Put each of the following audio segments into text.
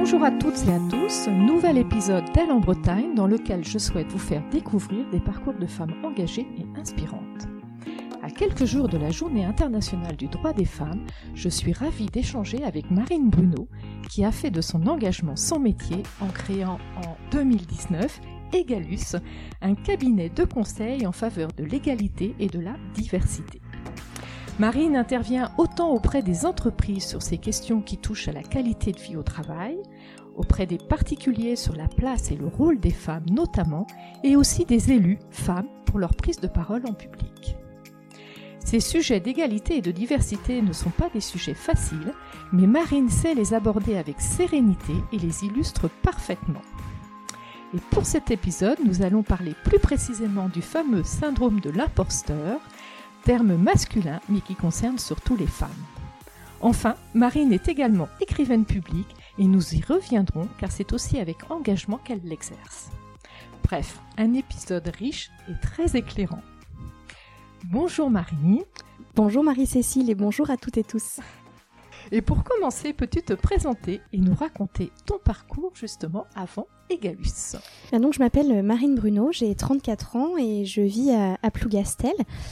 Bonjour à toutes et à tous, nouvel épisode d'Elle en Bretagne dans lequel je souhaite vous faire découvrir des parcours de femmes engagées et inspirantes. À quelques jours de la Journée internationale du droit des femmes, je suis ravie d'échanger avec Marine Bruno qui a fait de son engagement son métier en créant en 2019 Egalus, un cabinet de conseil en faveur de l'égalité et de la diversité. Marine intervient autant auprès des entreprises sur ces questions qui touchent à la qualité de vie au travail, auprès des particuliers sur la place et le rôle des femmes notamment, et aussi des élus, femmes, pour leur prise de parole en public. Ces sujets d'égalité et de diversité ne sont pas des sujets faciles, mais Marine sait les aborder avec sérénité et les illustre parfaitement. Et pour cet épisode, nous allons parler plus précisément du fameux syndrome de l'imposteur, terme masculin mais qui concerne surtout les femmes. Enfin, Marine est également écrivaine publique et nous y reviendrons car c'est aussi avec engagement qu'elle l'exerce. Bref, un épisode riche et très éclairant. Bonjour Marine. Bonjour Marie-Cécile et bonjour à toutes et tous. Et pour commencer, peux-tu te présenter et nous raconter ton parcours justement avant Egalus? Donc, je m'appelle Marine Bruno, j'ai 34 ans et je vis à Plougastel.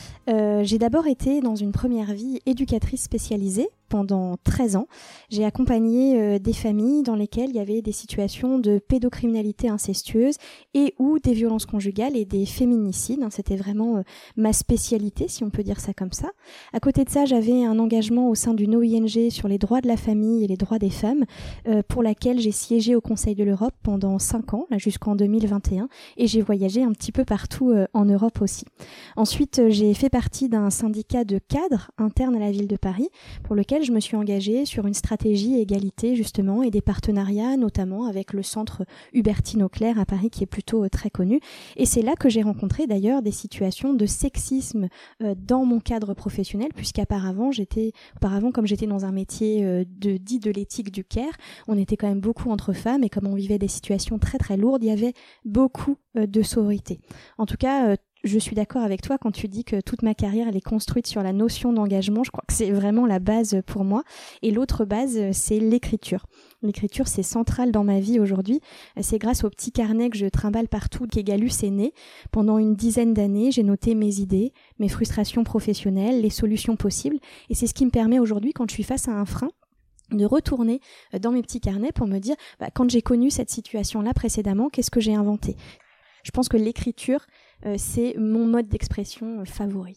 J'ai d'abord été dans une première vie éducatrice spécialisée pendant 13 ans. J'ai accompagné des familles dans lesquelles il y avait des situations de pédocriminalité incestueuse et ou des violences conjugales et des féminicides. C'était vraiment ma spécialité, si on peut dire ça comme ça. À côté de ça, j'avais un engagement au sein d'une ONG sur les droits de la famille et les droits des femmes, pour laquelle j'ai siégé au Conseil de l'Europe pendant 5 ans, là, jusqu'en 2021, et j'ai voyagé un petit peu partout en Europe aussi. Ensuite, j'ai fait partie d'un syndicat de cadres interne à la ville de Paris, pour lequel je me suis engagée sur une stratégie égalité justement et des partenariats, notamment avec le centre Hubertine Auclair à Paris, qui est plutôt très connu. Et c'est là que j'ai rencontré d'ailleurs des situations de sexisme dans mon cadre professionnel, puisqu'auparavant, comme j'étais dans un métier dit de l'éthique du care, on était quand même beaucoup entre femmes et comme on vivait des situations très très lourdes, il y avait beaucoup de sororité. En tout cas, je suis d'accord avec toi quand tu dis que toute ma carrière elle est construite sur la notion d'engagement. Je crois que c'est vraiment la base pour moi. Et l'autre base, c'est l'écriture. L'écriture, c'est central dans ma vie aujourd'hui. C'est grâce au petit carnet que je trimballe partout qu'Egalus est né. Pendant une dizaine d'années, j'ai noté mes idées, mes frustrations professionnelles, les solutions possibles. Et c'est ce qui me permet aujourd'hui, quand je suis face à un frein, de retourner dans mes petits carnets pour me dire, quand j'ai connu cette situation-là précédemment, qu'est-ce que j'ai inventé ? Je pense que l'écriture, c'est mon mode d'expression favori.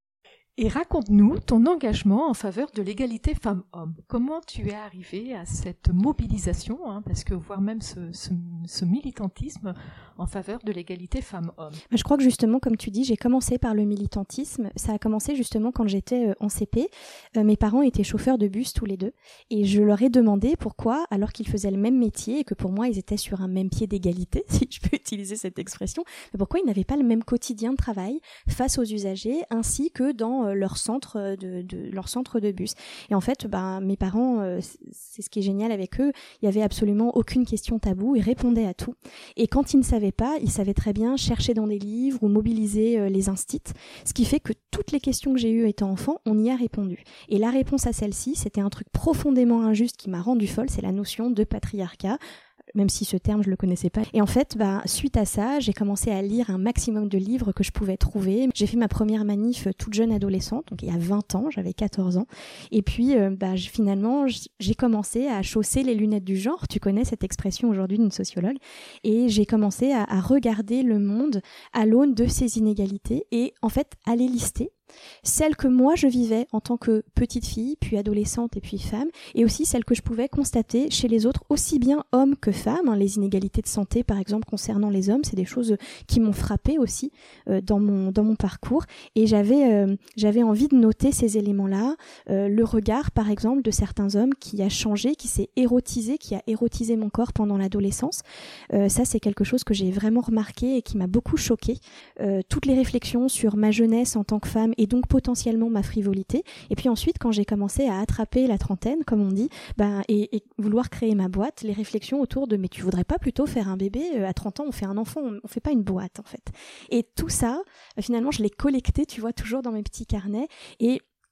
Et raconte-nous ton engagement en faveur de l'égalité femmes-hommes. Comment tu es arrivée à cette mobilisation, parce que voire même ce militantisme en faveur de l'égalité femmes-hommes? Je crois que justement, comme tu dis, j'ai commencé par le militantisme. Ça a commencé justement quand j'étais en CP. Mes parents étaient chauffeurs de bus tous les deux. Et je leur ai demandé pourquoi, alors qu'ils faisaient le même métier et que pour moi, ils étaient sur un même pied d'égalité, si je peux utiliser cette expression, mais pourquoi ils n'avaient pas le même quotidien de travail face aux usagers ainsi que dans leur centre de bus. Et en fait, mes parents, c'est ce qui est génial avec eux, il y avait absolument aucune question taboue, ils répondaient à tout. Et quand ils ne savaient pas, ils savaient très bien chercher dans des livres ou mobiliser les instits, ce qui fait que toutes les questions que j'ai eues étant enfant, on y a répondu. Et la réponse à celle-ci, c'était un truc profondément injuste qui m'a rendue folle, c'est la notion de patriarcat. Même si ce terme, je le connaissais pas. Et en fait, suite à ça, j'ai commencé à lire un maximum de livres que je pouvais trouver. J'ai fait ma première manif toute jeune adolescente, donc il y a 20 ans, j'avais 14 ans. Et puis, finalement, j'ai commencé à chausser les lunettes du genre. Tu connais cette expression aujourd'hui d'une sociologue. Et j'ai commencé à regarder le monde à l'aune de ces inégalités et en fait, à les lister. Celles que moi je vivais en tant que petite fille, puis adolescente et puis femme, et aussi celles que je pouvais constater chez les autres, aussi bien hommes que femmes. Les inégalités de santé, par exemple, concernant les hommes, c'est des choses qui m'ont frappée aussi dans mon parcours. Et j'avais envie de noter ces éléments-là. Le regard, par exemple, de certains hommes qui a changé, qui s'est érotisé, qui a érotisé mon corps pendant l'adolescence. Ça, c'est quelque chose que j'ai vraiment remarqué et qui m'a beaucoup choquée. Toutes les réflexions sur ma jeunesse en tant que femme et donc potentiellement ma frivolité. Et puis ensuite, quand j'ai commencé à attraper la trentaine, comme on dit, et vouloir créer ma boîte, les réflexions autour de « mais tu voudrais pas plutôt faire un bébé ? À 30 ans, on fait un enfant, on fait pas une boîte en fait. » Et tout ça, finalement, je l'ai collecté, tu vois, toujours dans mes petits carnets. Et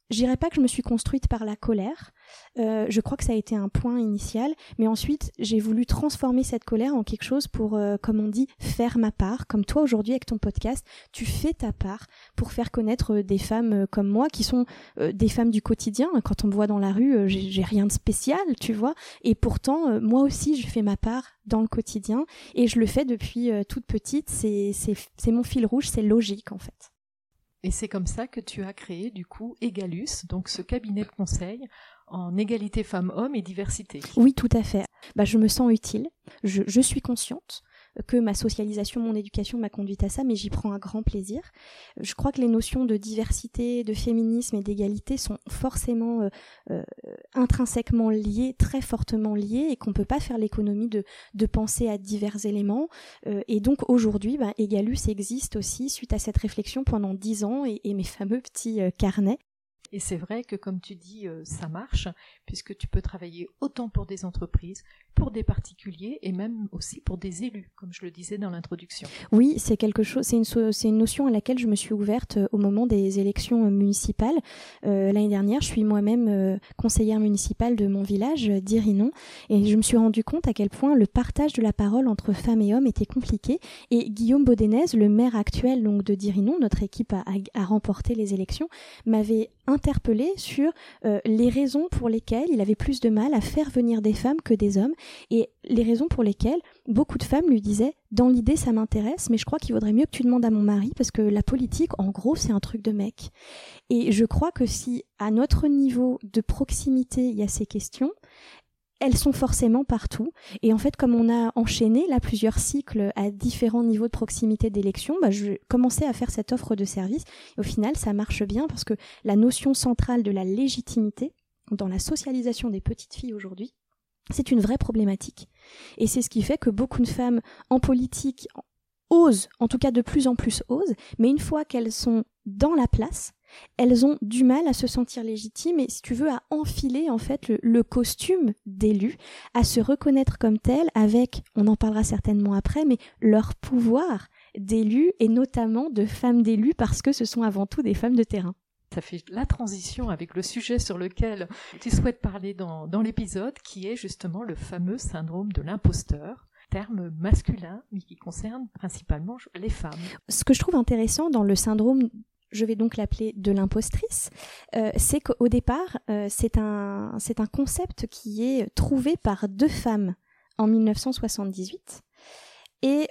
je dirais pas que je me suis construite par la colère. Je crois que ça a été un point initial, mais ensuite j'ai voulu transformer cette colère en quelque chose pour, comme on dit, faire ma part. Comme toi aujourd'hui avec ton podcast, tu fais ta part pour faire connaître des femmes comme moi qui sont des femmes du quotidien. Quand on me voit dans la rue, j'ai rien de spécial, tu vois. Et pourtant, moi aussi, je fais ma part dans le quotidien et je le fais depuis toute petite. C'est mon fil rouge, c'est logique en fait. Et c'est comme ça que tu as créé du coup Egalus, donc ce cabinet de conseil en égalité femmes-hommes et diversité. Oui, tout à fait. Je me sens utile, je suis consciente que ma socialisation, mon éducation m'a conduite à ça, mais j'y prends un grand plaisir. Je crois que les notions de diversité, de féminisme et d'égalité sont forcément intrinsèquement liées, très fortement liées, et qu'on ne peut pas faire l'économie de penser à divers éléments. Et donc aujourd'hui, Egalus existe aussi suite à cette réflexion pendant 10 ans et mes fameux petits carnets. Et c'est vrai que, comme tu dis, ça marche, puisque tu peux travailler autant pour des entreprises, pour des particuliers et même aussi pour des élus, comme je le disais dans l'introduction. Oui, c'est quelque chose, c'est une notion à laquelle je me suis ouverte au moment des élections municipales. L'année dernière, je suis moi-même conseillère municipale de mon village, d'Irinon, et je me suis rendu compte à quel point le partage de la parole entre femmes et hommes était compliqué. Et Guillaume Baudenez, le maire actuel donc de d'Irinon, notre équipe a remporté les élections, m'avait interpellé sur les raisons pour lesquelles il avait plus de mal à faire venir des femmes que des hommes, et les raisons pour lesquelles beaucoup de femmes lui disaient « dans l'idée ça m'intéresse, mais je crois qu'il vaudrait mieux que tu demandes à mon mari parce que la politique, en gros, c'est un truc de mec ». Et je crois que si à notre niveau de proximité il y a ces questions, elles sont forcément partout. Et en fait, comme on a enchaîné là plusieurs cycles à différents niveaux de proximité d'élection, je commençais à faire cette offre de service. Et au final, ça marche bien parce que la notion centrale de la légitimité dans la socialisation des petites filles aujourd'hui, c'est une vraie problématique. Et c'est ce qui fait que beaucoup de femmes en politique osent, en tout cas de plus en plus osent, mais une fois qu'elles sont dans la place, elles ont du mal à se sentir légitimes et, si tu veux, à enfiler en fait le costume d'élu, à se reconnaître comme telles avec, on en parlera certainement après, mais leur pouvoir d'élu et notamment de femmes d'élus parce que ce sont avant tout des femmes de terrain. Ça fait la transition avec le sujet sur lequel tu souhaites parler dans l'épisode, qui est justement le fameux syndrome de l'imposteur, terme masculin, mais qui concerne principalement les femmes. Ce que je trouve intéressant dans le syndrome, je vais donc l'appeler de l'impostrice, c'est qu'au départ, c'est un concept qui est trouvé par 2 femmes en 1978. Et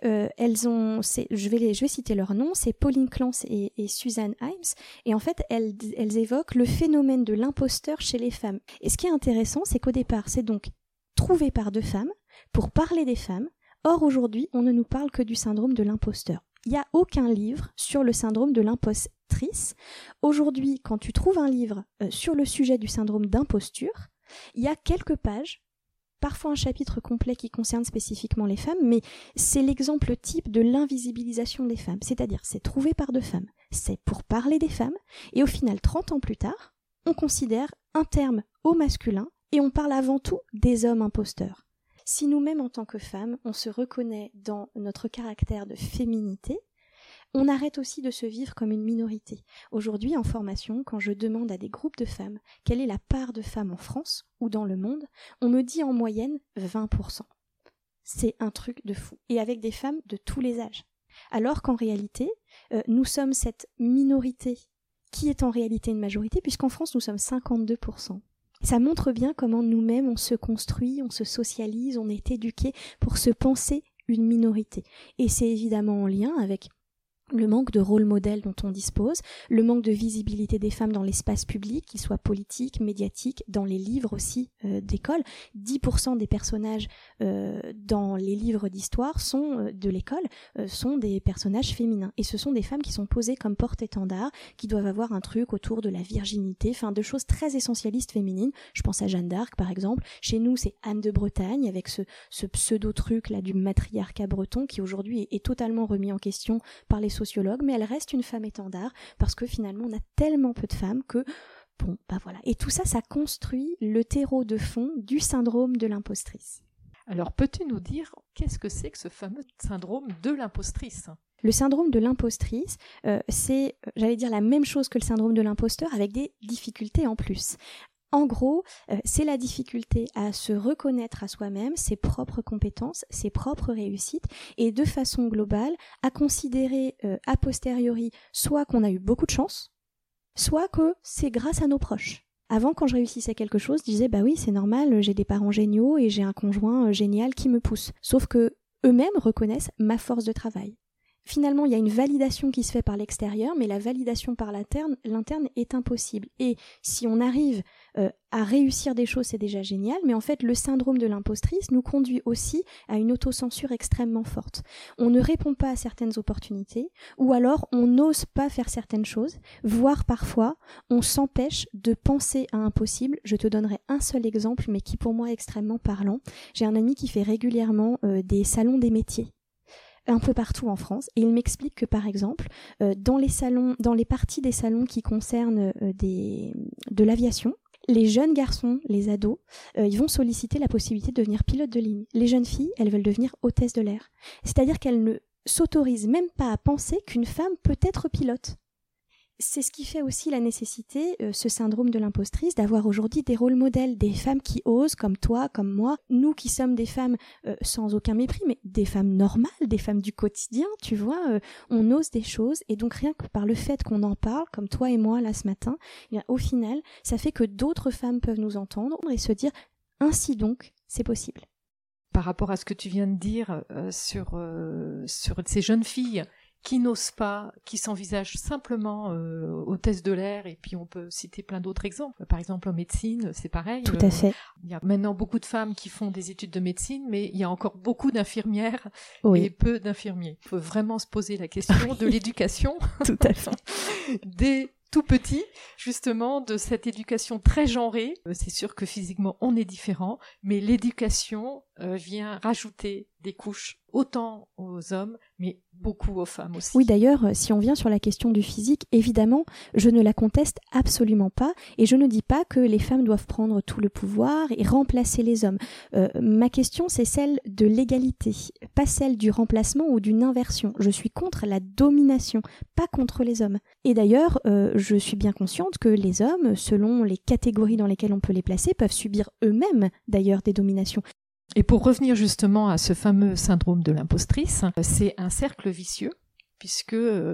je vais citer leur nom, c'est Pauline Clance et Suzanne Himes, et en fait elles évoquent le phénomène de l'imposteur chez les femmes. Et ce qui est intéressant, c'est qu'au départ, c'est donc trouvé par 2 femmes pour parler des femmes. Or aujourd'hui, on ne nous parle que du syndrome de l'imposteur. Il n'y a aucun livre sur le syndrome de l'impostrice. Aujourd'hui, quand tu trouves un livre sur le sujet du syndrome d'imposture, il y a quelques pages, parfois un chapitre complet qui concerne spécifiquement les femmes, mais c'est l'exemple type de l'invisibilisation des femmes. C'est-à-dire, c'est trouvé par 2 femmes, c'est pour parler des femmes, et au final, 30 ans plus tard, on considère un terme au masculin, et on parle avant tout des hommes imposteurs. Si nous-mêmes, en tant que femmes, on se reconnaît dans notre caractère de féminité, on arrête aussi de se vivre comme une minorité. Aujourd'hui, en formation, quand je demande à des groupes de femmes quelle est la part de femmes en France ou dans le monde, on me dit en moyenne 20%. C'est un truc de fou. Et avec des femmes de tous les âges. Alors qu'en réalité, nous sommes cette minorité qui est en réalité une majorité, puisqu'en France, nous sommes 52%. Ça montre bien comment nous-mêmes, on se construit, on se socialise, on est éduqué pour se penser une minorité. Et c'est évidemment en lien avec le manque de rôle modèle dont on dispose, le manque de visibilité des femmes dans l'espace public, qu'il soit politique, médiatique, dans les livres aussi d'école. 10% des personnages dans les livres d'histoire de l'école sont des personnages féminins. Et ce sont des femmes qui sont posées comme porte-étendard, qui doivent avoir un truc autour de la virginité, de choses très essentialistes féminines. Je pense à Jeanne d'Arc par exemple. Chez nous, c'est Anne de Bretagne avec ce pseudo-truc là du matriarcat breton qui aujourd'hui est totalement remis en question par les sociologue, mais elle reste une femme étendard parce que finalement on a tellement peu de femmes que voilà. Et tout ça, ça construit le terreau de fond du syndrome de l'impostrice. Alors peux-tu nous dire qu'est-ce que c'est que ce fameux syndrome de l'impostrice ? Le syndrome de l'impostrice, c'est, j'allais dire, la même chose que le syndrome de l'imposteur avec des difficultés en plus. En gros, c'est la difficulté à se reconnaître à soi-même, ses propres compétences, ses propres réussites, et de façon globale, à considérer a posteriori soit qu'on a eu beaucoup de chance, soit que c'est grâce à nos proches. Avant, quand je réussissais quelque chose, je disais « bah oui, c'est normal, j'ai des parents géniaux et j'ai un conjoint génial qui me pousse ». Sauf que eux-mêmes reconnaissent ma force de travail. Finalement, il y a une validation qui se fait par l'extérieur, mais la validation par l'interne est impossible. Et si on arrive à réussir des choses, c'est déjà génial, mais en fait, le syndrome de l'impostrice nous conduit aussi à une autocensure extrêmement forte. On ne répond pas à certaines opportunités, ou alors on n'ose pas faire certaines choses, voire parfois, on s'empêche de penser à un possible. Je te donnerai un seul exemple, mais qui pour moi est extrêmement parlant. J'ai un ami qui fait régulièrement des salons des métiers un peu partout en France, et il m'explique que par exemple, dans les parties des salons qui concernent de l'aviation, les jeunes garçons, les ados, ils vont solliciter la possibilité de devenir pilote de ligne. Les jeunes filles, elles veulent devenir hôtesse de l'air. C'est-à-dire qu'elles ne s'autorisent même pas à penser qu'une femme peut être pilote. C'est ce qui fait aussi la nécessité, ce syndrome de l'impostrice, d'avoir aujourd'hui des rôles modèles, des femmes qui osent, comme toi, comme moi, nous qui sommes des femmes sans aucun mépris, mais des femmes normales, des femmes du quotidien, tu vois, on ose des choses, et donc rien que par le fait qu'on en parle, comme toi et moi là ce matin, eh bien, au final, ça fait que d'autres femmes peuvent nous entendre et se dire, ainsi donc, c'est possible. Par rapport à ce que tu viens de dire sur ces jeunes filles qui n'osent pas, qui s'envisagent simplement hôtesse de l'air, et puis on peut citer plein d'autres exemples. Par exemple, en médecine, c'est pareil. Tout à fait. Il y a maintenant beaucoup de femmes qui font des études de médecine, mais il y a encore beaucoup d'infirmières et peu d'infirmiers. Il faut vraiment se poser la question de l'éducation. Tout à fait. Des tout petits, justement, de cette éducation très genrée. C'est sûr que physiquement, on est différent, mais l'éducation vient rajouter des couches autant aux hommes, mais beaucoup aux femmes aussi. Oui, d'ailleurs, si on vient sur la question du physique, évidemment, je ne la conteste absolument pas, et je ne dis pas que les femmes doivent prendre tout le pouvoir et remplacer les hommes. Ma question, c'est celle de l'égalité, pas celle du remplacement ou d'une inversion. Je suis contre la domination, pas contre les hommes. Et d'ailleurs, je suis bien consciente que les hommes, selon les catégories dans lesquelles on peut les placer, peuvent subir eux-mêmes, d'ailleurs, des dominations. Et pour revenir justement à ce fameux syndrome de l'impostrice, c'est un cercle vicieux, puisque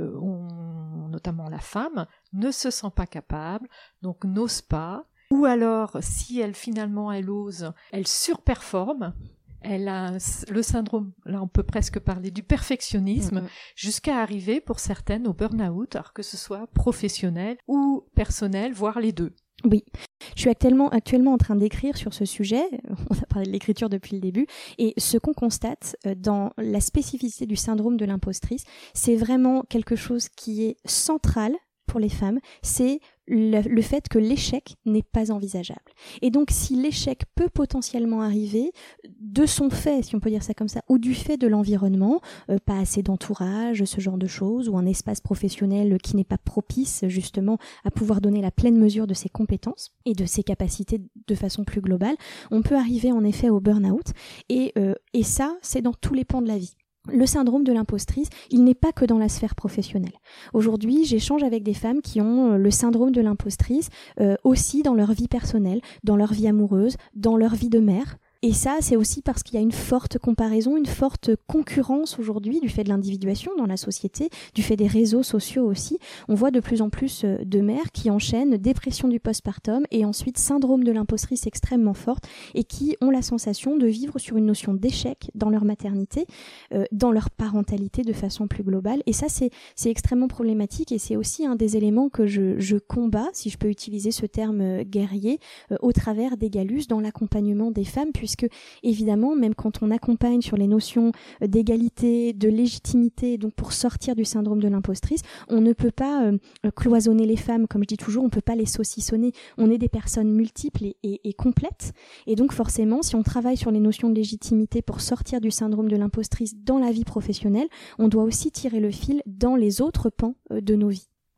notamment la femme ne se sent pas capable, donc n'ose pas, ou alors si elle ose, elle surperforme. Elle a le syndrome, là on peut presque parler du perfectionnisme, jusqu'à arriver pour certaines au burn-out, alors que ce soit professionnel ou personnel, voire les deux. Oui, je suis actuellement en train d'écrire sur ce sujet, on a parlé de l'écriture depuis le début, et ce qu'on constate dans la spécificité du syndrome de l'impostrice, c'est vraiment quelque chose qui est central pour les femmes, c'est le fait que l'échec n'est pas envisageable. Et donc si l'échec peut potentiellement arriver de son fait, si on peut dire ça comme ça, ou du fait de l'environnement, pas assez d'entourage, ce genre de choses, ou un espace professionnel qui n'est pas propice justement à pouvoir donner la pleine mesure de ses compétences et de ses capacités de façon plus globale, on peut arriver en effet au burn-out, et ça, c'est dans tous les pans de la vie. Le syndrome de l'impostrice, il n'est pas que dans la sphère professionnelle. Aujourd'hui, j'échange avec des femmes qui ont le syndrome de l'impostrice aussi dans leur vie personnelle, dans leur vie amoureuse, dans leur vie de mère. Et ça, c'est aussi parce qu'il y a une forte comparaison, une forte concurrence aujourd'hui du fait de l'individuation dans la société, du fait des réseaux sociaux aussi. On voit de plus en plus de mères qui enchaînent dépression du postpartum et ensuite syndrome de l'impostrice extrêmement forte et qui ont la sensation de vivre sur une notion d'échec dans leur maternité, dans leur parentalité de façon plus globale. Et ça, c'est extrêmement problématique et c'est aussi un des éléments que je combats, si je peux utiliser ce terme guerrier, au travers d'Egalus dans l'accompagnement des femmes, puisque évidemment, même quand on accompagne sur les notions d'égalité, de légitimité, donc pour sortir du syndrome de l'impostrice, on ne peut pas cloisonner les femmes, comme je dis toujours, on ne peut pas les saucissonner. On est des personnes multiples et complètes, et donc forcément, si on travaille sur les notions de légitimité pour sortir du syndrome de l'impostrice dans la vie professionnelle, on doit aussi tirer le fil dans les autres pans de nos vies.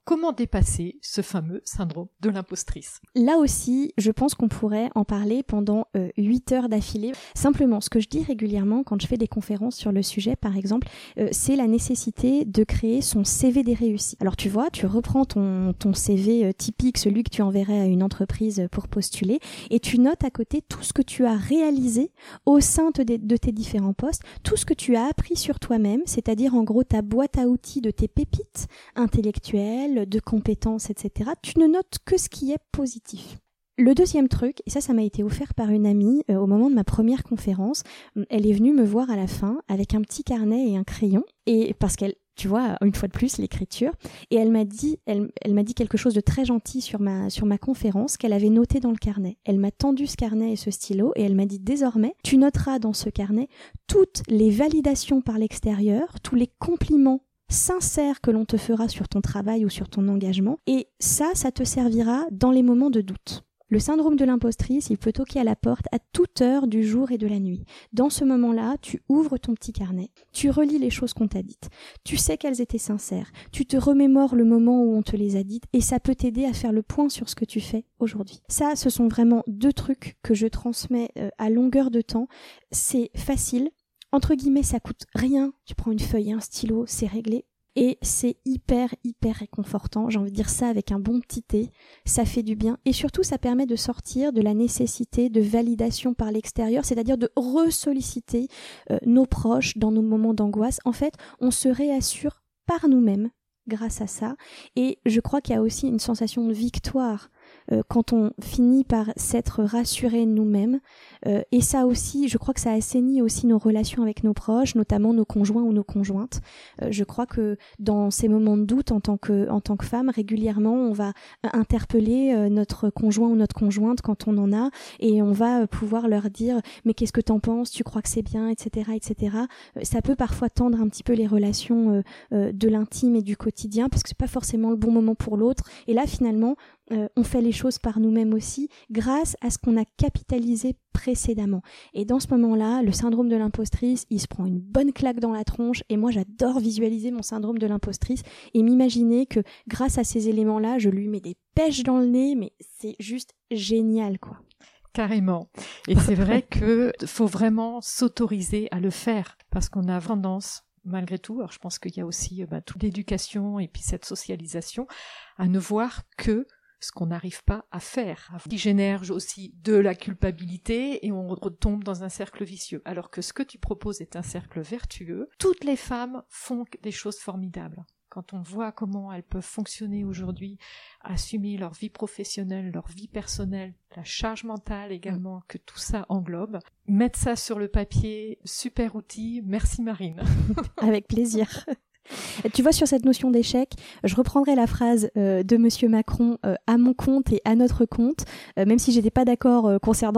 comment dépasser ce fameux syndrome de l'impostrice? Là aussi, je pense qu'on pourrait en parler pendant 8 heures d'affilée. Simplement, ce que je dis régulièrement quand je fais des conférences sur le sujet, par exemple, c'est la nécessité de créer son CV des réussites. Alors tu vois, tu reprends ton CV typique, celui que tu enverrais à une entreprise pour postuler, et tu notes à côté tout ce que tu as réalisé au sein de tes différents postes, tout ce que tu as appris sur toi-même, c'est-à-dire en gros ta boîte à outils de tes pépites intellectuelles, de compétences, etc. Tu ne notes que ce qui est positif. Le deuxième truc, et ça m'a été offert par une amie au moment de ma première conférence, elle est venue me voir à la fin avec un petit carnet et un crayon, et parce qu'elle, tu vois, une fois de plus, l'écriture, et elle m'a dit quelque chose de très gentil sur ma conférence qu'elle avait noté dans le carnet. Elle m'a tendu ce carnet et ce stylo, et elle m'a dit désormais, tu noteras dans ce carnet toutes les validations par l'extérieur, tous les compliments sincères que l'on te fera sur ton travail ou sur ton engagement, et ça te servira dans les moments de doute. Le syndrome de l'impostrice, il peut toquer à la porte à toute heure du jour et de la nuit. Dans ce moment-là, tu ouvres ton petit carnet, tu relis les choses qu'on t'a dites, tu sais qu'elles étaient sincères, tu te remémores le moment où on te les a dites et ça peut t'aider à faire le point sur ce que tu fais aujourd'hui. Ça, ce sont vraiment 2 trucs que je transmets à longueur de temps. C'est facile, entre guillemets, ça coûte rien. Tu prends une feuille et un stylo, c'est réglé. Et c'est hyper réconfortant, j'ai envie de dire ça avec un bon petit thé, ça fait du bien et surtout ça permet de sortir de la nécessité de validation par l'extérieur, c'est-à-dire de ressolliciter nos proches dans nos moments d'angoisse. En fait, on se réassure par nous-mêmes grâce à ça et je crois qu'il y a aussi une sensation de victoire quand on finit par s'être rassuré nous-mêmes et ça aussi, je crois que ça assainit aussi nos relations avec nos proches, notamment nos conjoints ou nos conjointes. Je crois que dans ces moments de doute en tant que femme, régulièrement on va interpeller notre conjoint ou notre conjointe quand on en a et on va pouvoir leur dire mais qu'est-ce que t'en penses, tu crois que c'est bien, etc. Ça peut parfois tendre un petit peu les relations de l'intime et du quotidien parce que c'est pas forcément le bon moment pour l'autre et là finalement on fait les choses par nous-mêmes aussi grâce à ce qu'on a capitalisé précédemment. Et dans ce moment-là, le syndrome de l'impostrice, il se prend une bonne claque dans la tronche et moi j'adore visualiser mon syndrome de l'impostrice et m'imaginer que grâce à ces éléments-là, je lui mets des pêches dans le nez, mais c'est juste génial quoi. Carrément. Et c'est vrai que faut vraiment s'autoriser à le faire parce qu'on a tendance malgré tout, alors je pense qu'il y a aussi toute l'éducation et puis cette socialisation à ne voir que ce qu'on n'arrive pas à faire, qui génère aussi de la culpabilité et on retombe dans un cercle vicieux. Alors que ce que tu proposes est un cercle vertueux. Toutes les femmes font des choses formidables. Quand on voit comment elles peuvent fonctionner aujourd'hui, assumer leur vie professionnelle, leur vie personnelle, la charge mentale également, que tout ça englobe, mettre ça sur le papier, super outil, merci Marine. Avec plaisir. Tu vois, sur cette notion d'échec, je reprendrai la phrase de Monsieur Macron à mon compte et à notre compte, même si j'étais pas d'accord concernant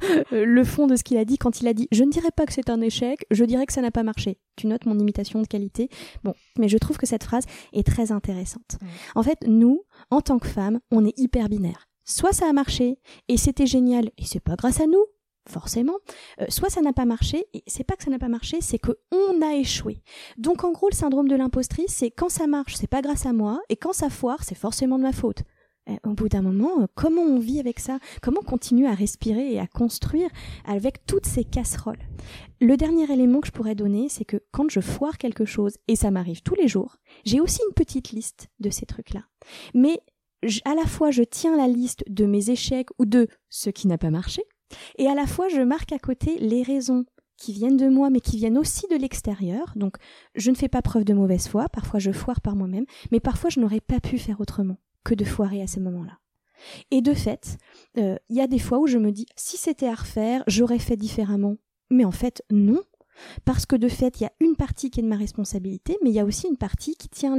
le fond de ce qu'il a dit quand il a dit « Je ne dirais pas que c'est un échec, je dirais que ça n'a pas marché ». Tu notes mon imitation de qualité. Bon, mais je trouve que cette phrase est très intéressante. En fait, nous, en tant que femmes, on est hyper binaire. Soit ça a marché et c'était génial et c'est pas grâce à nous. Forcément, soit ça n'a pas marché, et c'est pas que ça n'a pas marché, c'est que on a échoué. Donc en gros, le syndrome de l'impostrice, c'est quand ça marche, c'est pas grâce à moi, et quand ça foire, c'est forcément de ma faute. Au bout d'un moment, comment on vit avec ça? Comment on continue à respirer et à construire avec toutes ces casseroles? Le dernier élément que je pourrais donner, c'est que quand je foire quelque chose, et ça m'arrive tous les jours, j'ai aussi une petite liste de ces trucs-là. Mais à la fois, je tiens la liste de mes échecs ou de ce qui n'a pas marché, et à la fois, je marque à côté les raisons qui viennent de moi, mais qui viennent aussi de l'extérieur. Donc, je ne fais pas preuve de mauvaise foi. Parfois, je foire par moi-même. Mais parfois, je n'aurais pas pu faire autrement que de foirer à ce moment-là. Et de fait, il y a des fois où je me dis, si c'était à refaire, j'aurais fait différemment. Mais en fait, non. Parce que de fait, il y a une partie qui est de ma responsabilité, mais il y a aussi une partie qui tient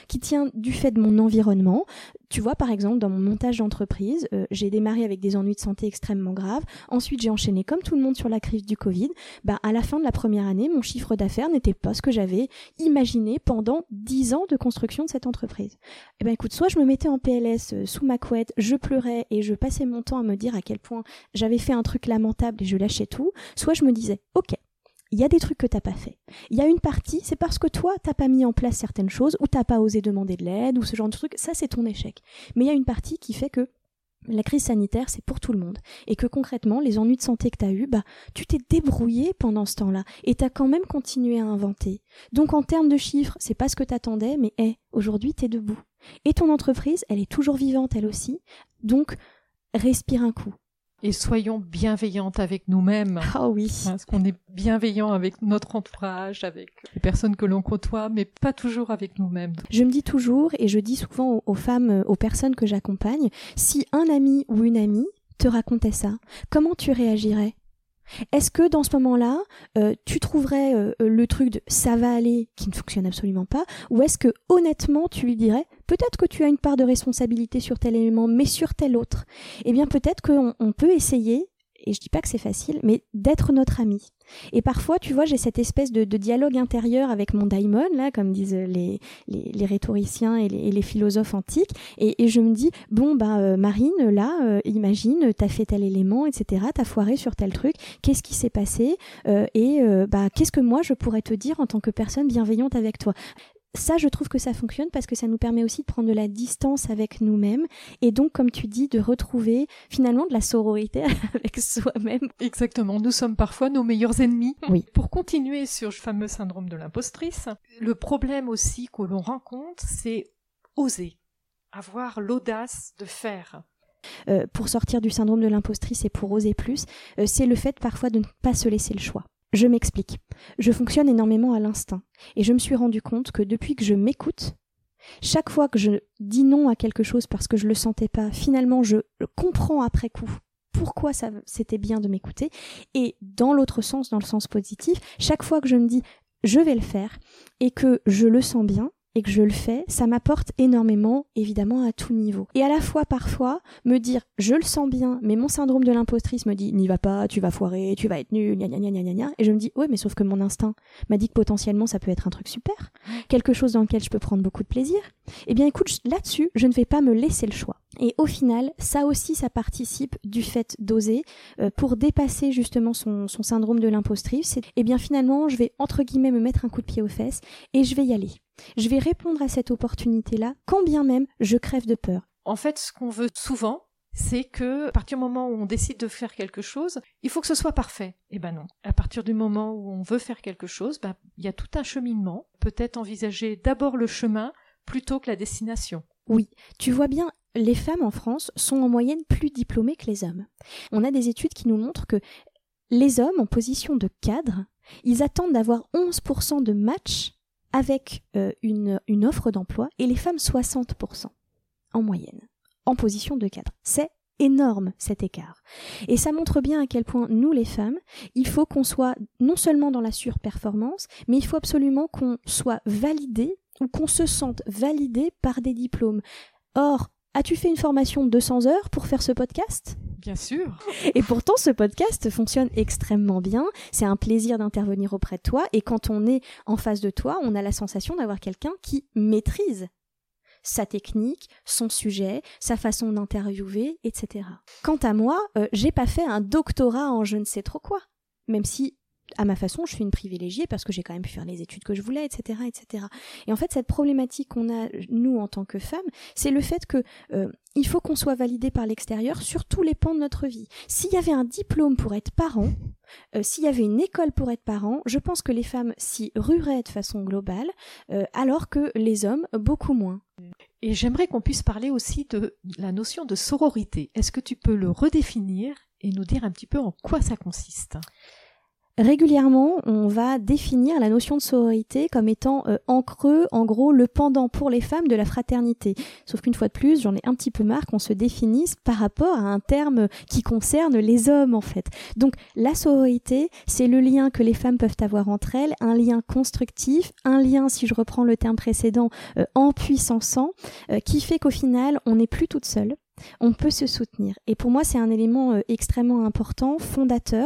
du fait de mon environnement. Tu vois, par exemple, dans mon montage d'entreprise, j'ai démarré avec des ennuis de santé extrêmement graves. Ensuite, j'ai enchaîné comme tout le monde sur la crise du Covid. À la fin de la première année, mon chiffre d'affaires n'était pas ce que j'avais imaginé pendant 10 ans de construction de cette entreprise. Écoute, soit je me mettais en PLS sous ma couette, je pleurais et je passais mon temps à me dire à quel point j'avais fait un truc lamentable et je lâchais tout, soit je me disais, ok, il y a des trucs que t'as pas fait. Il y a une partie, c'est parce que toi, t'as pas mis en place certaines choses, ou t'as pas osé demander de l'aide, ou ce genre de trucs. Ça, c'est ton échec. Mais il y a une partie qui fait que la crise sanitaire, c'est pour tout le monde. Et que concrètement, les ennuis de santé que t'as eus, tu t'es débrouillé pendant ce temps-là. Et t'as quand même continué à inventer. Donc en termes de chiffres, c'est pas ce que t'attendais, mais aujourd'hui, t'es debout. Et ton entreprise, elle est toujours vivante, elle aussi. Donc, respire un coup. Et soyons bienveillantes avec nous-mêmes. Ah oui. Parce qu'on est bienveillant avec notre entourage, avec les personnes que l'on côtoie, mais pas toujours avec nous-mêmes. Je me dis toujours, et je dis souvent aux femmes, aux personnes que j'accompagne, si un ami ou une amie te racontait ça, comment tu réagirais ? Est-ce que dans ce moment-là, tu trouverais le truc de « ça va aller » qui ne fonctionne absolument pas, ou est-ce que honnêtement tu lui dirais « peut-être que tu as une part de responsabilité sur tel élément, mais sur tel autre ». Eh bien peut-être qu'on peut essayer, et je dis pas que c'est facile, mais d'être notre ami. Et parfois, tu vois, j'ai cette espèce de dialogue intérieur avec mon daimon, là, comme disent les rhétoriciens et les philosophes antiques, et je me dis, Marine, là, imagine, t'as fait tel élément, etc., t'as foiré sur tel truc, qu'est-ce qui s'est passé, qu'est-ce que moi je pourrais te dire en tant que personne bienveillante avec toi ? Ça, je trouve que ça fonctionne parce que ça nous permet aussi de prendre de la distance avec nous-mêmes et donc, comme tu dis, de retrouver finalement de la sororité avec soi-même. Exactement, nous sommes parfois nos meilleurs ennemis. Oui. Pour continuer sur le fameux syndrome de l'impostrice, le problème aussi que l'on rencontre, c'est oser, avoir l'audace de faire. Pour sortir du syndrome de l'impostrice et pour oser plus, c'est le fait parfois de ne pas se laisser le choix. Je m'explique. Je fonctionne énormément à l'instinct. Et je me suis rendu compte que depuis que je m'écoute, chaque fois que je dis non à quelque chose parce que je le sentais pas, finalement je comprends après coup pourquoi c'était bien de m'écouter. Et dans l'autre sens, dans le sens positif, chaque fois que je me dis je vais le faire et que je le sens bien, et que je le fais, ça m'apporte énormément, évidemment, à tout niveau. Et à la fois, parfois, me dire, je le sens bien, mais mon syndrome de l'impostrice me dit, n'y va pas, tu vas foirer, tu vas être nul, gna gna gna gna gna. Et je me dis, ouais, mais sauf que mon instinct m'a dit que potentiellement, ça peut être un truc super, quelque chose dans lequel je peux prendre beaucoup de plaisir. Eh bien, écoute, là-dessus, je ne vais pas me laisser le choix. Et au final, ça aussi, ça participe du fait d'oser pour dépasser justement son syndrome de l'impostrice. Eh bien, finalement, je vais, entre guillemets, me mettre un coup de pied aux fesses et je vais y aller. Je vais répondre à cette opportunité-là, quand bien même je crève de peur. En fait, ce qu'on veut souvent, c'est que à partir du moment où on décide de faire quelque chose, il faut que ce soit parfait. Eh ben non. À partir du moment où on veut faire quelque chose, il y a tout un cheminement. Peut-être envisager d'abord le chemin plutôt que la destination. Oui, tu vois bien, les femmes en France sont en moyenne plus diplômées que les hommes. On a des études qui nous montrent que les hommes en position de cadre, ils attendent d'avoir 11% de match avec une offre d'emploi et les femmes 60% en moyenne, en position de cadre. C'est énorme cet écart. Et ça montre bien à quel point nous les femmes, il faut qu'on soit non seulement dans la surperformance, mais il faut absolument qu'on soit validé ou qu'on se sente validé par des diplômes. Or, as-tu fait une formation de 200 heures pour faire ce podcast ? Bien sûr. Et pourtant, ce podcast fonctionne extrêmement bien. C'est un plaisir d'intervenir auprès de toi. Et quand on est en face de toi, on a la sensation d'avoir quelqu'un qui maîtrise sa technique, son sujet, sa façon d'interviewer, etc. Quant à moi, j'ai pas fait un doctorat en je ne sais trop quoi. Même si, à ma façon, je suis une privilégiée parce que j'ai quand même pu faire les études que je voulais, etc., etc. Et en fait, cette problématique qu'on a, nous, en tant que femmes, c'est le fait que il faut qu'on soit validé par l'extérieur sur tous les pans de notre vie. S'il y avait un diplôme pour être parent, s'il y avait une école pour être parent, je pense que les femmes s'y rueraient de façon globale, alors que les hommes, beaucoup moins. Et j'aimerais qu'on puisse parler aussi de la notion de sororité. Est-ce que tu peux le redéfinir et nous dire un petit peu en quoi ça consiste ? Régulièrement, on va définir la notion de sororité comme étant en creux, en gros, le pendant pour les femmes de la fraternité. Sauf qu'une fois de plus, j'en ai un petit peu marre qu'on se définisse par rapport à un terme qui concerne les hommes, en fait. Donc, la sororité, c'est le lien que les femmes peuvent avoir entre elles, un lien constructif, un lien, si je reprends le terme précédent, en puissance, qui fait qu'au final, on n'est plus toute seule. On peut se soutenir. Et pour moi, c'est un élément extrêmement important, fondateur.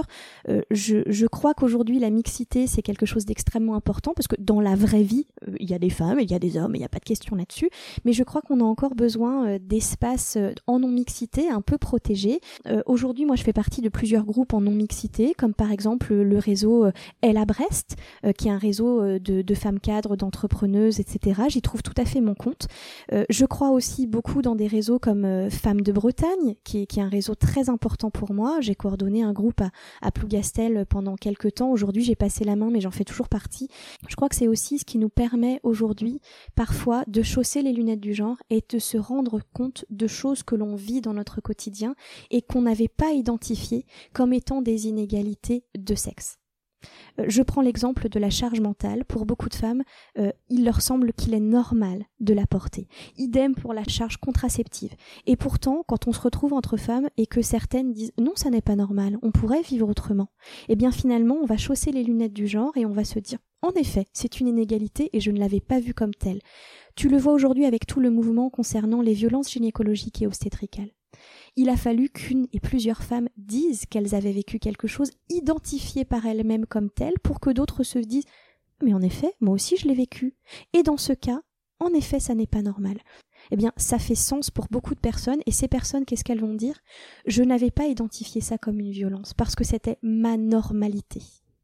Je crois qu'aujourd'hui, la mixité, c'est quelque chose d'extrêmement important parce que dans la vraie vie, il y a des femmes, il y a des hommes, il n'y a pas de question là-dessus. Mais je crois qu'on a encore besoin d'espaces en non-mixité un peu protégés. Aujourd'hui, moi, je fais partie de plusieurs groupes en non-mixité, comme par exemple le réseau Elle à Brest, qui est un réseau de femmes cadres, d'entrepreneuses, etc. J'y trouve tout à fait mon compte. Je crois aussi beaucoup dans des réseaux comme Femmes de Bretagne, qui est un réseau très important pour moi. J'ai coordonné un groupe à Plougastel pendant quelques temps. Aujourd'hui, j'ai passé la main, mais j'en fais toujours partie. Je crois que c'est aussi ce qui nous permet aujourd'hui, parfois, de chausser les lunettes du genre et de se rendre compte de choses que l'on vit dans notre quotidien et qu'on n'avait pas identifiées comme étant des inégalités de sexe. Je prends l'exemple de la charge mentale. Pour beaucoup de femmes, il leur semble qu'il est normal de la porter. Idem pour la charge contraceptive. Et pourtant, quand on se retrouve entre femmes et que certaines disent « non, ça n'est pas normal, on pourrait vivre autrement », eh bien finalement, on va chausser les lunettes du genre et on va se dire « en effet, c'est une inégalité et je ne l'avais pas vue comme telle ». Tu le vois aujourd'hui avec tout le mouvement concernant les violences gynécologiques et obstétricales. Il a fallu qu'une et plusieurs femmes disent qu'elles avaient vécu quelque chose, identifié par elles-mêmes comme tel, pour que d'autres se disent « mais en effet, moi aussi je l'ai vécu ». Et dans ce cas, en effet, ça n'est pas normal. Eh bien, ça fait sens pour beaucoup de personnes, et ces personnes, qu'est-ce qu'elles vont dire ? Je n'avais pas identifié ça comme une violence, parce que c'était ma normalité.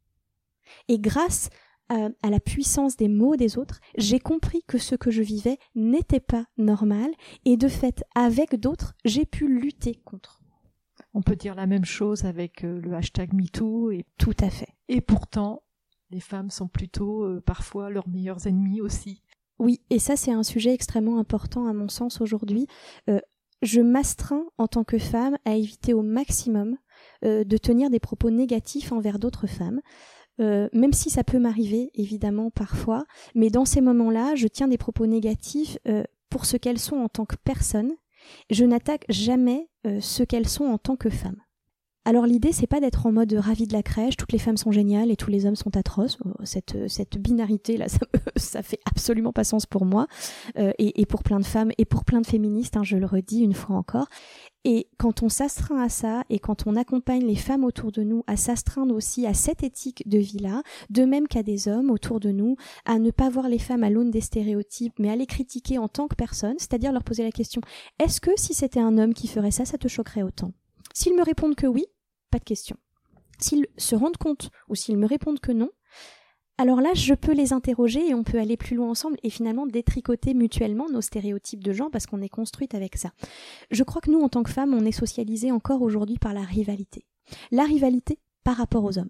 Et grâce à la puissance des mots des autres, j'ai compris que ce que je vivais n'était pas normal et de fait, avec d'autres, j'ai pu lutter contre. On peut dire la même chose avec le hashtag MeToo. Tout à fait. Et pourtant, les femmes sont plutôt parfois leurs meilleurs ennemis aussi. Oui, et ça c'est un sujet extrêmement important à mon sens aujourd'hui. Je m'astreins en tant que femme à éviter au maximum de tenir des propos négatifs envers d'autres femmes. Même si ça peut m'arriver évidemment parfois, mais dans ces moments-là, je tiens des propos négatifs pour ce qu'elles sont en tant que personnes. Je n'attaque jamais ce qu'elles sont en tant que femmes. Alors l'idée, c'est pas d'être en mode ravi de la crèche, toutes les femmes sont géniales et tous les hommes sont atroces. Cette binarité-là, ça fait absolument pas sens pour moi, et pour plein de femmes et pour plein de féministes, hein, je le redis une fois encore. Et quand on s'astreint à ça, et quand on accompagne les femmes autour de nous à s'astreindre aussi à cette éthique de vie-là, de même qu'à des hommes autour de nous, à ne pas voir les femmes à l'aune des stéréotypes, mais à les critiquer en tant que personnes, c'est-à-dire leur poser la question « Est-ce que si c'était un homme qui ferait ça, ça te choquerait autant ?» S'ils me répondent que oui, pas de question. S'ils se rendent compte ou s'ils me répondent que non, alors là, je peux les interroger et on peut aller plus loin ensemble et finalement détricoter mutuellement nos stéréotypes de genre parce qu'on est construite avec ça. Je crois que nous, en tant que femmes, on est socialisés encore aujourd'hui par la rivalité. La rivalité par rapport aux hommes.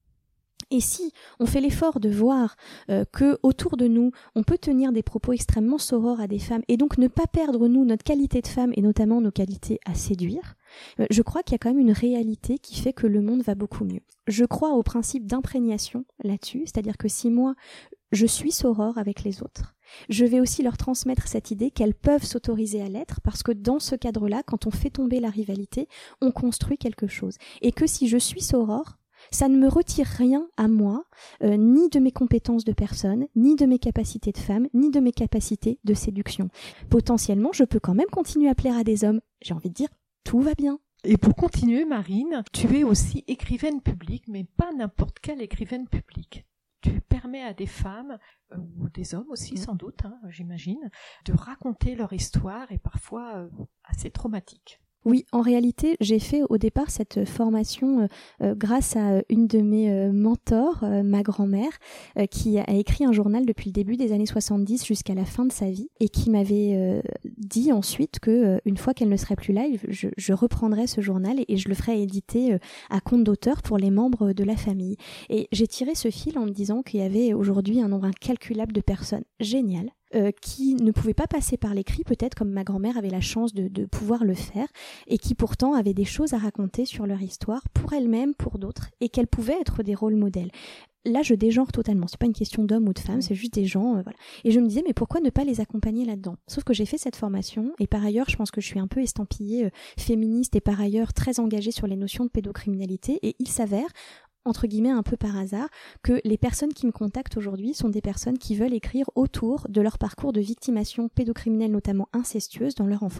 Et si on fait l'effort de voir que autour de nous, on peut tenir des propos extrêmement sorores à des femmes et donc ne pas perdre, nous, notre qualité de femme et notamment nos qualités à séduire, je crois qu'il y a quand même une réalité qui fait que le monde va beaucoup mieux. Je crois au principe d'imprégnation là-dessus, c'est-à-dire que si moi, je suis sorore avec les autres, je vais aussi leur transmettre cette idée qu'elles peuvent s'autoriser à l'être parce que dans ce cadre-là, quand on fait tomber la rivalité, on construit quelque chose. Et que si je suis sorore, ça ne me retire rien à moi, ni de mes compétences de personne, ni de mes capacités de femme, ni de mes capacités de séduction. Potentiellement, je peux quand même continuer à plaire à des hommes. J'ai envie de dire, tout va bien. Et pour continuer, Marine, tu es aussi écrivaine publique, mais pas n'importe quelle écrivaine publique. Tu permets à des femmes, ou des hommes aussi sans doute, j'imagine, de raconter leur histoire et parfois assez traumatique. Oui, en réalité, j'ai fait au départ cette formation grâce à une de mes mentors, ma grand-mère, qui a écrit un journal depuis le début des années 70 jusqu'à la fin de sa vie et qui m'avait dit ensuite que une fois qu'elle ne serait plus là, je reprendrais ce journal et je le ferais éditer à compte d'auteur pour les membres de la famille. Et j'ai tiré ce fil en me disant qu'il y avait aujourd'hui un nombre incalculable de personnes géniales qui ne pouvaient pas passer par l'écrit, peut-être comme ma grand-mère avait la chance de pouvoir le faire, et qui pourtant avaient des choses à raconter sur leur histoire, pour elles-mêmes, pour d'autres, et qu'elles pouvaient être des rôles modèles. Là, je dégenre totalement, c'est pas une question d'homme ou de femme, c'est juste des gens, voilà. Et je me disais, mais pourquoi ne pas les accompagner là-dedans ? Sauf que j'ai fait cette formation, et par ailleurs, je pense que je suis un peu estampillée féministe, et par ailleurs très engagée sur les notions de pédocriminalité, et il s'avère, entre guillemets un peu par hasard, que les personnes qui me contactent aujourd'hui sont des personnes qui veulent écrire autour de leur parcours de victimation pédocriminelle, notamment incestueuse, dans leur enfance.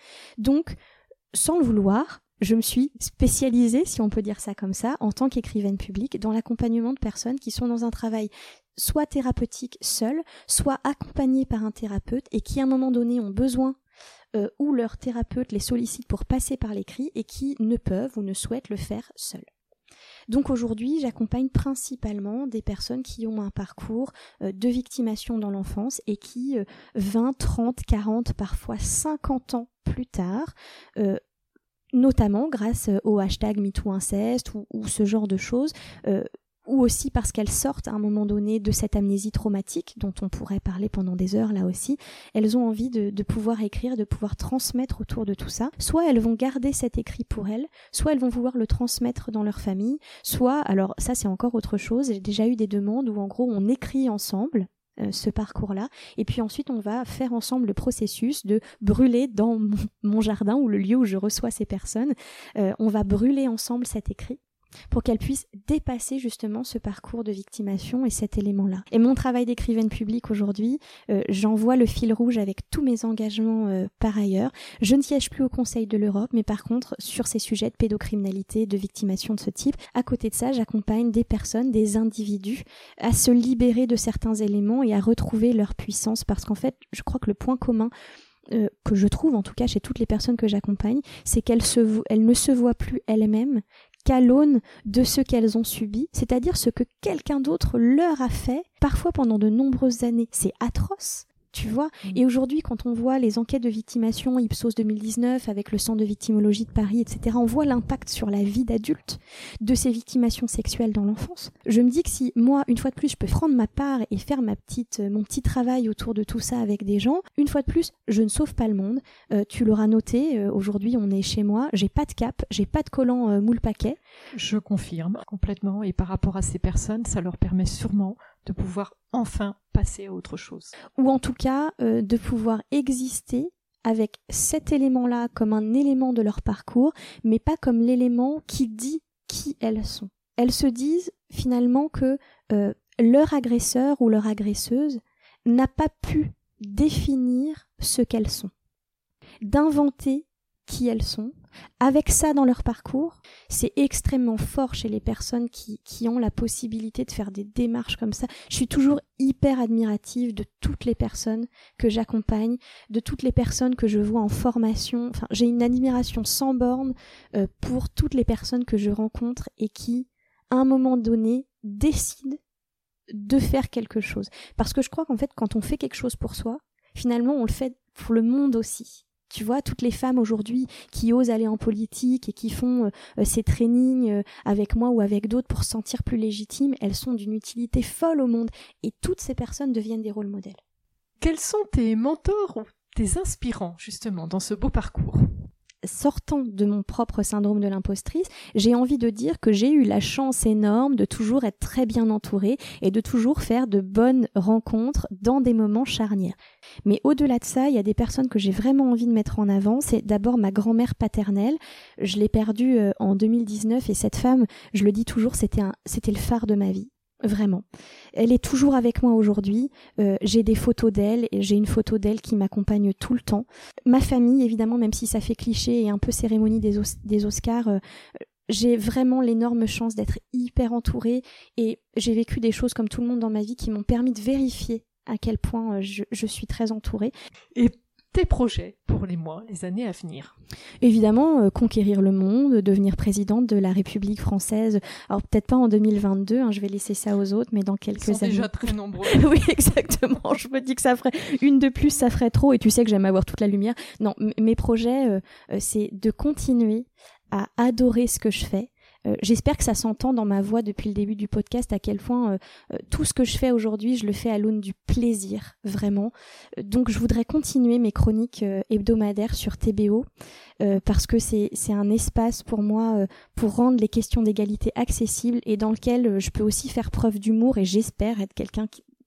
Donc, sans le vouloir, je me suis spécialisée, si on peut dire ça comme ça, en tant qu'écrivaine publique, dans l'accompagnement de personnes qui sont dans un travail soit thérapeutique seul, soit accompagnées par un thérapeute et qui à un moment donné ont besoin ou leur thérapeute les sollicite pour passer par l'écrit et qui ne peuvent ou ne souhaitent le faire seuls. Donc aujourd'hui, j'accompagne principalement des personnes qui ont un parcours de victimation dans l'enfance et qui, 20, 30, 40, parfois 50 ans plus tard, notamment grâce au hashtag MeTooInceste ou ce genre de choses, ou aussi parce qu'elles sortent à un moment donné de cette amnésie traumatique dont on pourrait parler pendant des heures là aussi, elles ont envie de pouvoir écrire, de pouvoir transmettre autour de tout ça. Soit elles vont garder cet écrit pour elles, soit elles vont vouloir le transmettre dans leur famille, soit, alors ça c'est encore autre chose, j'ai déjà eu des demandes où en gros on écrit ensemble ce parcours-là, et puis ensuite on va faire ensemble le processus de brûler dans mon jardin ou le lieu où je reçois ces personnes, on va brûler ensemble cet écrit pour qu'elles puissent dépasser justement ce parcours de victimation et cet élément-là. Et mon travail d'écrivaine publique aujourd'hui, j'en vois le fil rouge avec tous mes engagements par ailleurs. Je ne siège plus au Conseil de l'Europe, mais par contre, sur ces sujets de pédocriminalité, de victimation de ce type, à côté de ça, j'accompagne des personnes, des individus à se libérer de certains éléments et à retrouver leur puissance, parce qu'en fait, je crois que le point commun que je trouve en tout cas chez toutes les personnes que j'accompagne, c'est qu'elles ne se voient plus elles-mêmes qu'à l'aune de ce qu'elles ont subi, c'est-à-dire ce que quelqu'un d'autre leur a fait, parfois pendant de nombreuses années. C'est atroce, tu vois. Et aujourd'hui, quand on voit les enquêtes de victimation, Ipsos 2019, avec le Centre de victimologie de Paris, etc., on voit l'impact sur la vie d'adulte de ces victimations sexuelles dans l'enfance. Je me dis que si moi, une fois de plus, je peux prendre ma part et faire mon petit travail autour de tout ça avec des gens, une fois de plus, je ne sauve pas le monde. Tu l'auras noté, aujourd'hui, on est chez moi, j'ai pas de cape, j'ai pas de collant moule paquet. Je confirme complètement, et par rapport à ces personnes, ça leur permet sûrement de pouvoir enfin passer à autre chose. Ou en tout cas, de pouvoir exister avec cet élément-là comme un élément de leur parcours, mais pas comme l'élément qui dit qui elles sont. Elles se disent finalement que leur agresseur ou leur agresseuse n'a pas pu définir ce qu'elles sont. D'inventer qui elles sont. Avec ça dans leur parcours, c'est extrêmement fort chez les personnes qui ont la possibilité de faire des démarches comme ça. Je suis toujours hyper admirative de toutes les personnes que j'accompagne, de toutes les personnes que je vois en formation. Enfin, j'ai une admiration sans borne pour toutes les personnes que je rencontre et qui, à un moment donné, décident de faire quelque chose. Parce que je crois qu'en fait, quand on fait quelque chose pour soi, finalement, on le fait pour le monde aussi. Tu vois, toutes les femmes aujourd'hui qui osent aller en politique et qui font ces trainings avec moi ou avec d'autres pour se sentir plus légitimes, elles sont d'une utilité folle au monde. Et toutes ces personnes deviennent des rôles modèles. Quels sont tes mentors ou tes inspirants, justement, dans ce beau parcours ? Sortant de mon propre syndrome de l'impostrice, j'ai envie de dire que j'ai eu la chance énorme de toujours être très bien entourée et de toujours faire de bonnes rencontres dans des moments charnières. Mais au-delà de ça, il y a des personnes que j'ai vraiment envie de mettre en avant. C'est d'abord ma grand-mère paternelle. Je l'ai perdue en 2019 et cette femme, je le dis toujours, c'était le phare de ma vie. Vraiment. Elle est toujours avec moi aujourd'hui. J'ai des photos d'elle et j'ai une photo d'elle qui m'accompagne tout le temps. Ma famille, évidemment, même si ça fait cliché et un peu cérémonie des Oscars, j'ai vraiment l'énorme chance d'être hyper entourée et j'ai vécu des choses comme tout le monde dans ma vie qui m'ont permis de vérifier à quel point je suis très entourée. Et tes projets pour les mois, les années à venir? Évidemment, conquérir le monde, devenir présidente de la République française. Alors peut-être pas en 2022, je vais laisser ça aux autres, mais dans quelques années. Ils sont déjà très nombreux. Oui, exactement. Je me dis que ça ferait une de plus, ça ferait trop. Et tu sais que j'aime avoir toute la lumière. Non, mes projets, c'est de continuer à adorer ce que je fais. J'espère que ça s'entend dans ma voix depuis le début du podcast à quel point tout ce que je fais aujourd'hui, je le fais à l'aune du plaisir, vraiment. Donc je voudrais continuer mes chroniques hebdomadaires sur TBO parce que c'est un espace pour moi pour rendre les questions d'égalité accessibles et dans lequel je peux aussi faire preuve d'humour et j'espère être quelqu'un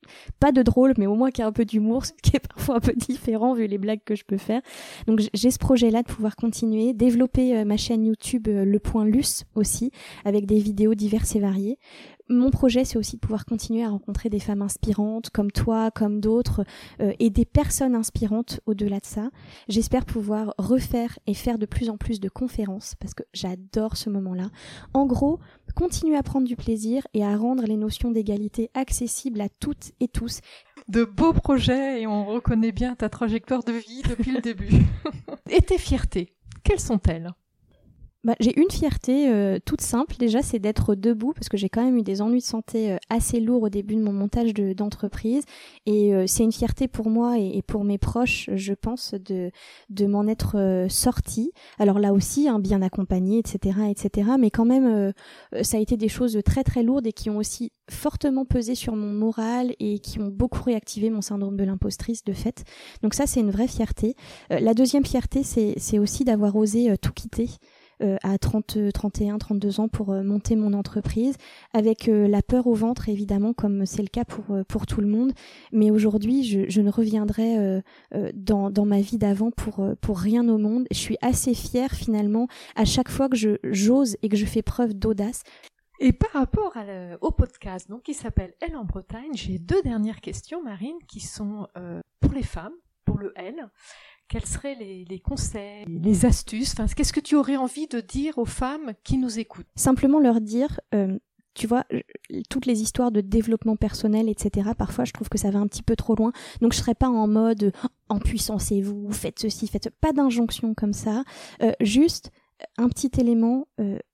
pas de drôle, mais au moins qui a un peu d'humour, ce qui est parfois un peu différent vu les blagues que je peux faire. Donc j'ai ce projet-là de pouvoir continuer, développer ma chaîne YouTube Le Point Luce aussi, avec des vidéos diverses et variées. Mon projet, c'est aussi de pouvoir continuer à rencontrer des femmes inspirantes, comme toi, comme d'autres, et des personnes inspirantes au-delà de ça. J'espère pouvoir refaire et faire de plus en plus de conférences, parce que j'adore ce moment-là. En gros, continuer à prendre du plaisir et à rendre les notions d'égalité accessibles à toutes et tous. De beaux projets, et on reconnaît bien ta trajectoire de vie depuis le début. Et tes fiertés, quelles sont-elles ? J'ai une fierté toute simple, déjà, c'est d'être debout, parce que j'ai quand même eu des ennuis de santé assez lourds au début de mon montage d'entreprise, et c'est une fierté pour moi et pour mes proches, je pense, de m'en être sortie. Alors là aussi, bien accompagnée, etc., mais quand même, ça a été des choses très très lourdes et qui ont aussi fortement pesé sur mon moral et qui ont beaucoup réactivé mon syndrome de l'impostrice, de fait. Donc ça, c'est une vraie fierté. La deuxième fierté, c'est aussi d'avoir osé tout quitter. À 30, 31, 32 ans pour monter mon entreprise, avec la peur au ventre évidemment, comme c'est le cas pour tout le monde, mais aujourd'hui je ne reviendrai dans ma vie d'avant pour rien au monde. Je suis assez fière finalement à chaque fois que j'ose et que je fais preuve d'audace. Et par rapport au podcast donc, qui s'appelle Elle en Bretagne, j'ai 2 dernières questions, Marine, qui sont pour les femmes, pour le L. Quels seraient les conseils, les astuces, qu'est-ce que tu aurais envie de dire aux femmes qui nous écoutent ? Simplement leur dire, tu vois, toutes les histoires de développement personnel, etc., parfois je trouve que ça va un petit peu trop loin. Donc je serais pas en mode « empuissancez-vous, faites ceci, faites ça ». Pas d'injonction comme ça. Juste un petit élément,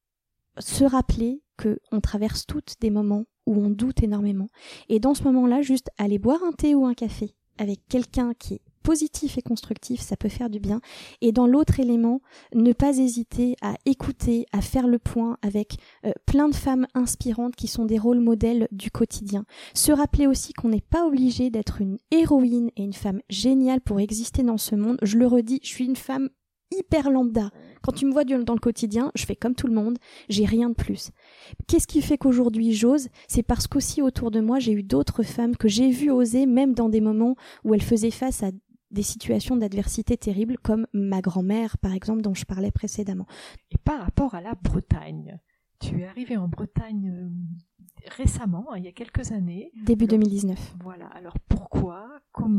se rappeler qu'on traverse toutes des moments où on doute énormément. Et dans ce moment-là, juste aller boire un thé ou un café avec quelqu'un qui est positif et constructif, ça peut faire du bien. Et dans l'autre élément, ne pas hésiter à écouter, à faire le point avec plein de femmes inspirantes qui sont des rôles modèles du quotidien. Se rappeler aussi qu'on n'est pas obligé d'être une héroïne et une femme géniale pour exister dans ce monde. Je le redis, je suis une femme hyper lambda. Quand tu me vois dans le quotidien, je fais comme tout le monde, j'ai rien de plus. Qu'est-ce qui fait qu'aujourd'hui j'ose ? C'est parce qu'aussi autour de moi, j'ai eu d'autres femmes que j'ai vues oser, même dans des moments où elles faisaient face à des situations d'adversité terribles, comme ma grand-mère, par exemple, dont je parlais précédemment. Et par rapport à la Bretagne, tu es arrivée en Bretagne récemment, il y a quelques années. Début 2019. Voilà, alors pourquoi ? Comment ?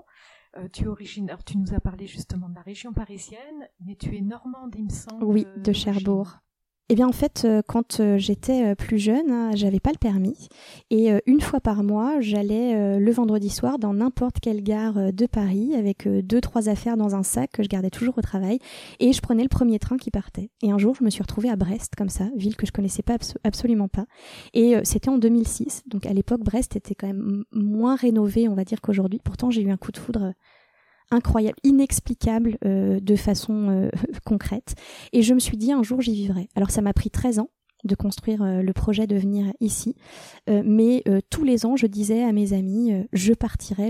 Tu es originaire, alors tu nous as parlé justement de la région parisienne, mais tu es normande, il me semble. Oui, de Cherbourg. Eh bien en fait, quand j'étais plus jeune, j'avais pas le permis et une fois par mois, j'allais le vendredi soir dans n'importe quelle gare de Paris avec 2-3 affaires dans un sac que je gardais toujours au travail et je prenais le premier train qui partait. Et un jour, je me suis retrouvée à Brest comme ça, ville que je connaissais pas absolument pas. Et c'était en 2006, donc à l'époque Brest était quand même moins rénové, on va dire qu'aujourd'hui. Pourtant, j'ai eu un coup de foudre incroyable, inexplicable de façon concrète. Et je me suis dit, un jour, j'y vivrai. Alors, ça m'a pris 13 ans de construire le projet de venir ici. Mais tous les ans, je disais à mes amis, je partirai.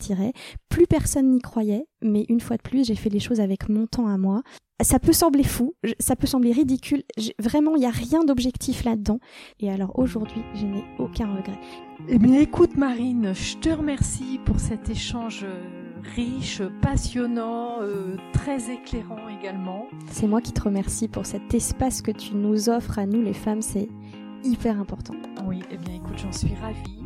Plus personne n'y croyait, mais une fois de plus, j'ai fait les choses avec mon temps à moi. Ça peut sembler fou, ça peut sembler ridicule. Vraiment, il n'y a rien d'objectif là-dedans. Et alors, aujourd'hui, je n'ai aucun regret. Eh bien, écoute, Marine, je te remercie pour cet échange riche, passionnant, très éclairant également. C'est moi qui te remercie pour cet espace que tu nous offres à nous les femmes, c'est hyper important. Oui, eh bien écoute, j'en suis ravie.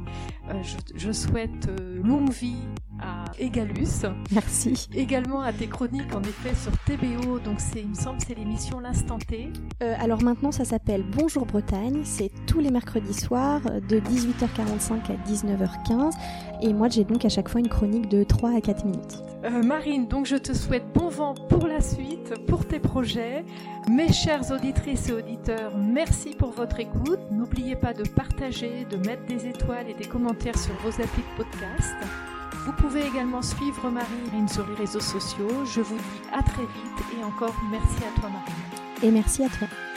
Je souhaite longue vie à Égalus. Merci. Également à tes chroniques en effet sur TBO, donc il me semble c'est l'émission L'Instant T. Alors maintenant ça s'appelle Bonjour Bretagne, c'est tous les mercredis soirs de 18h45 à 19h15 et moi j'ai donc à chaque fois une chronique de 3 à 4 minutes. Marine, donc je te souhaite bon vent pour la suite, pour tes projets. Mes chères auditrices et auditeurs, merci pour votre écoute. N'oubliez pas de partager, de mettre des étoiles et des commentaires sur vos applis de podcast. Vous pouvez également suivre Marine sur les réseaux sociaux. Je vous dis à très vite et encore merci à toi Marine. Et merci à toi.